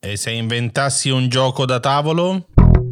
E se inventassi un gioco da tavolo?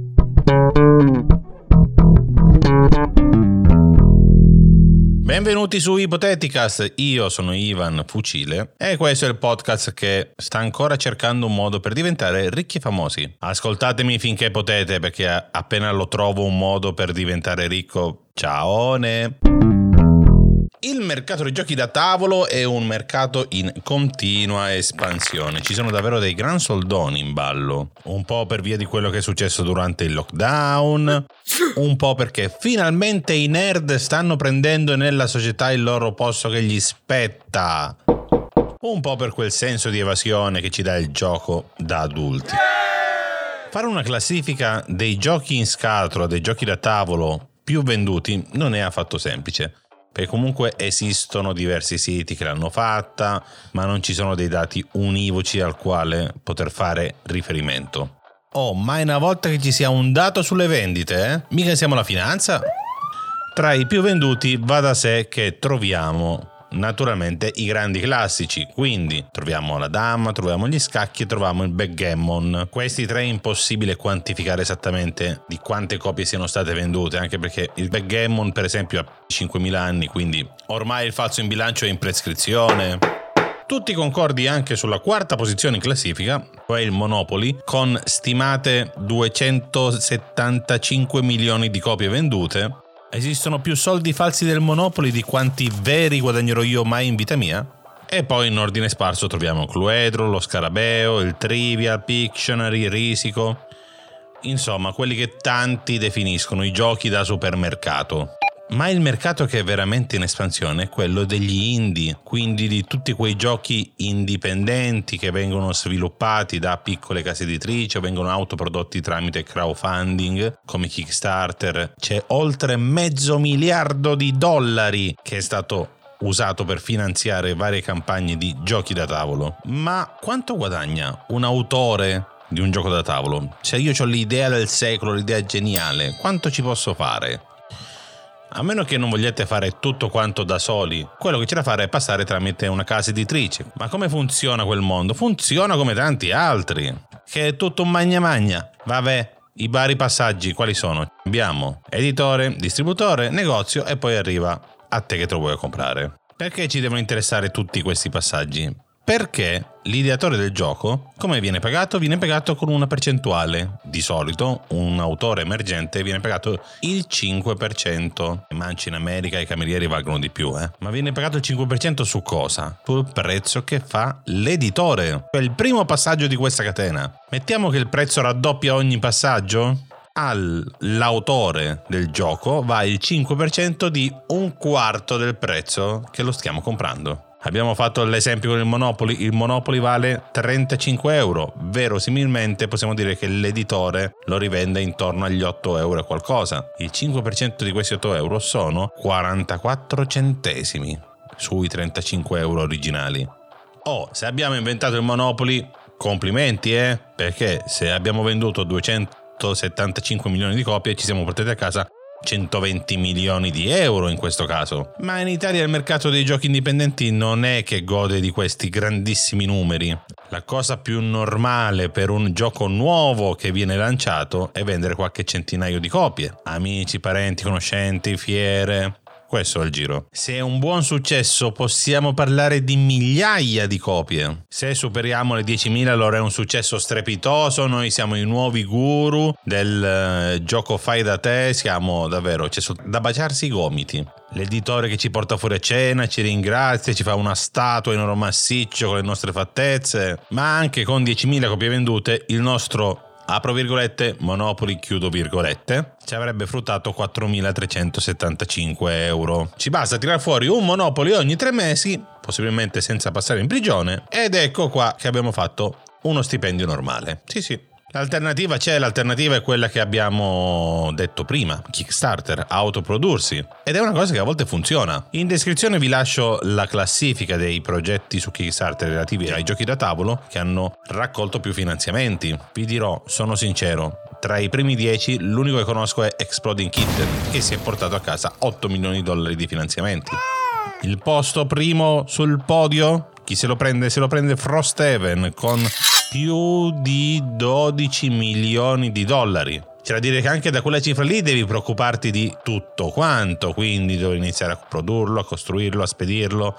Benvenuti su Ipoteticast, io sono Ivan Fucile e questo è il podcast che sta ancora cercando un modo per diventare ricchi e famosi. Ascoltatemi finché potete, perché appena lo trovo un modo per diventare ricco, ciaone! Il mercato dei giochi da tavolo è un mercato in continua espansione. Ci sono davvero dei gran soldoni in ballo. Un po' per via di quello che è successo durante il lockdown, un po' perché finalmente i nerd stanno prendendo nella società il loro posto che gli spetta, un po' per quel senso di evasione che ci dà il gioco da adulti. Fare una classifica dei giochi in scatola, dei giochi da tavolo più venduti non è affatto semplice. Perché comunque esistono diversi siti che l'hanno fatta, ma non ci sono dei dati univoci al quale poter fare riferimento. Oh, mai una volta che ci sia un dato sulle vendite, Mica siamo la finanza? Tra i più venduti va da sé che troviamo naturalmente i grandi classici, quindi troviamo la dama, troviamo gli scacchi e troviamo il backgammon. Questi tre è impossibile quantificare esattamente di quante copie siano state vendute, anche perché il backgammon per esempio ha 5.000 anni, quindi ormai il falso in bilancio è in prescrizione. Tutti concordi anche sulla quarta posizione in classifica, cioè il Monopoly, con stimate 275 milioni di copie vendute. Esistono più soldi falsi del Monopoly di quanti veri guadagnerò io mai in vita mia? E poi in ordine sparso troviamo Cluedo, lo Scarabeo, il Trivial, Pictionary, Risico. Insomma, quelli che tanti definiscono i giochi da supermercato. Ma il mercato che è veramente in espansione è quello degli indie, quindi di tutti quei giochi indipendenti che vengono sviluppati da piccole case editrici o vengono autoprodotti tramite crowdfunding come Kickstarter. C'è oltre $500 miliardi che è stato usato per finanziare varie campagne di giochi da tavolo. Ma quanto guadagna un autore di un gioco da tavolo? Cioè io ho l'idea del secolo, l'idea geniale, quanto ci posso fare? A meno che non vogliate fare tutto quanto da soli, quello che c'è da fare è passare tramite una casa editrice. Ma come funziona quel mondo? Funziona come tanti altri, che è tutto un magna magna. Vabbè, i vari passaggi quali sono? Abbiamo editore, distributore, negozio e poi arriva a te che te lo vuoi comprare. Perché ci devono interessare tutti questi passaggi? Perché l'ideatore del gioco, come viene pagato? Viene pagato con una percentuale. Di solito un autore emergente viene pagato il 5%. I manci in America i camerieri valgono di più, Ma viene pagato il 5% su cosa? Sul prezzo che fa l'editore. È il primo passaggio di questa catena. Mettiamo che il prezzo raddoppia ogni passaggio? All'autore del gioco va il 5% di un quarto del prezzo che lo stiamo comprando. Abbiamo fatto l'esempio con il Monopoly vale 35 euro, verosimilmente possiamo dire che l'editore lo rivende intorno agli 8 euro e qualcosa. Il 5% di questi 8 euro sono 44 centesimi sui 35 euro originali. Se abbiamo inventato il Monopoly, complimenti, perché se abbiamo venduto 275 milioni di copie ci siamo portati a casa 120 milioni di euro in questo caso. Ma in Italia il mercato dei giochi indipendenti non è che gode di questi grandissimi numeri. La cosa più normale per un gioco nuovo che viene lanciato è vendere qualche centinaio di copie. Amici, parenti, conoscenti, fiere. Questo è il giro. Se è un buon successo possiamo parlare di migliaia di copie. Se superiamo le 10.000 allora è un successo strepitoso, noi siamo i nuovi guru del gioco fai da te, siamo davvero, c'è da baciarsi i gomiti. L'editore che ci porta fuori a cena, ci ringrazia, ci fa una statua in oro massiccio con le nostre fattezze, ma anche con 10.000 copie vendute il nostro apro virgolette, Monopoly chiudo virgolette, ci avrebbe fruttato 4.375 euro. Ci basta tirare fuori un Monopoly ogni 3 mesi, possibilmente senza passare in prigione, ed ecco qua che abbiamo fatto uno stipendio normale. Sì. L'alternativa c'è, l'alternativa è quella che abbiamo detto prima, Kickstarter, autoprodursi, ed è una cosa che a volte funziona. In descrizione vi lascio la classifica dei progetti su Kickstarter relativi ai giochi da tavolo che hanno raccolto più finanziamenti. Vi dirò, sono sincero, tra i primi 10 l'unico che conosco è Exploding Kitten, che si è portato a casa $8 milioni di finanziamenti. Il posto primo sul podio, chi se lo prende? Se lo prende Frosthaven con più di 12 milioni di dollari. C'è da dire che anche da quella cifra lì devi preoccuparti di tutto quanto, quindi devi iniziare a produrlo, a costruirlo, a spedirlo.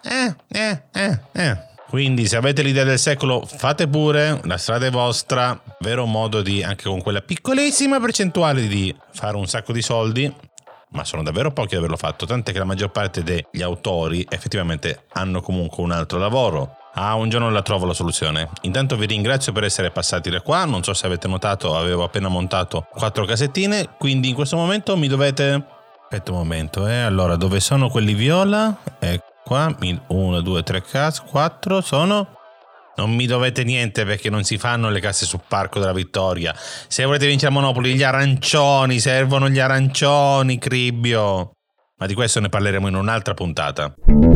Quindi se avete l'idea del secolo, fate pure, la strada è vostra, vero modo di, anche con quella piccolissima percentuale, di fare un sacco di soldi, ma sono davvero pochi ad averlo fatto, tant'è che la maggior parte degli autori effettivamente hanno comunque un altro lavoro. Un giorno la trovo la soluzione. Intanto vi ringrazio per essere passati da qua, non so se avete notato, avevo appena montato 4 casettine, quindi in questo momento mi dovete... Aspetta un momento, allora dove sono quelli viola? Ecco qua, 1, 2, 3, 4 sono... Non mi dovete niente perché non si fanno le casse sul Parco della Vittoria. Se volete vincere a Monopoli, gli arancioni, servono gli arancioni, Cribbio. Ma di questo ne parleremo in un'altra puntata.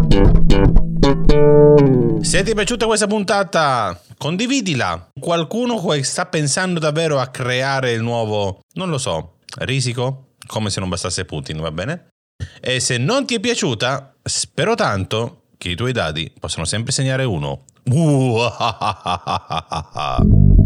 Se ti è piaciuta questa puntata, condividila. Qualcuno che sta pensando davvero a creare il nuovo, non lo so, risico? Come se non bastasse Putin, va bene? E se non ti è piaciuta, spero tanto che i tuoi dadi possano sempre segnare 1.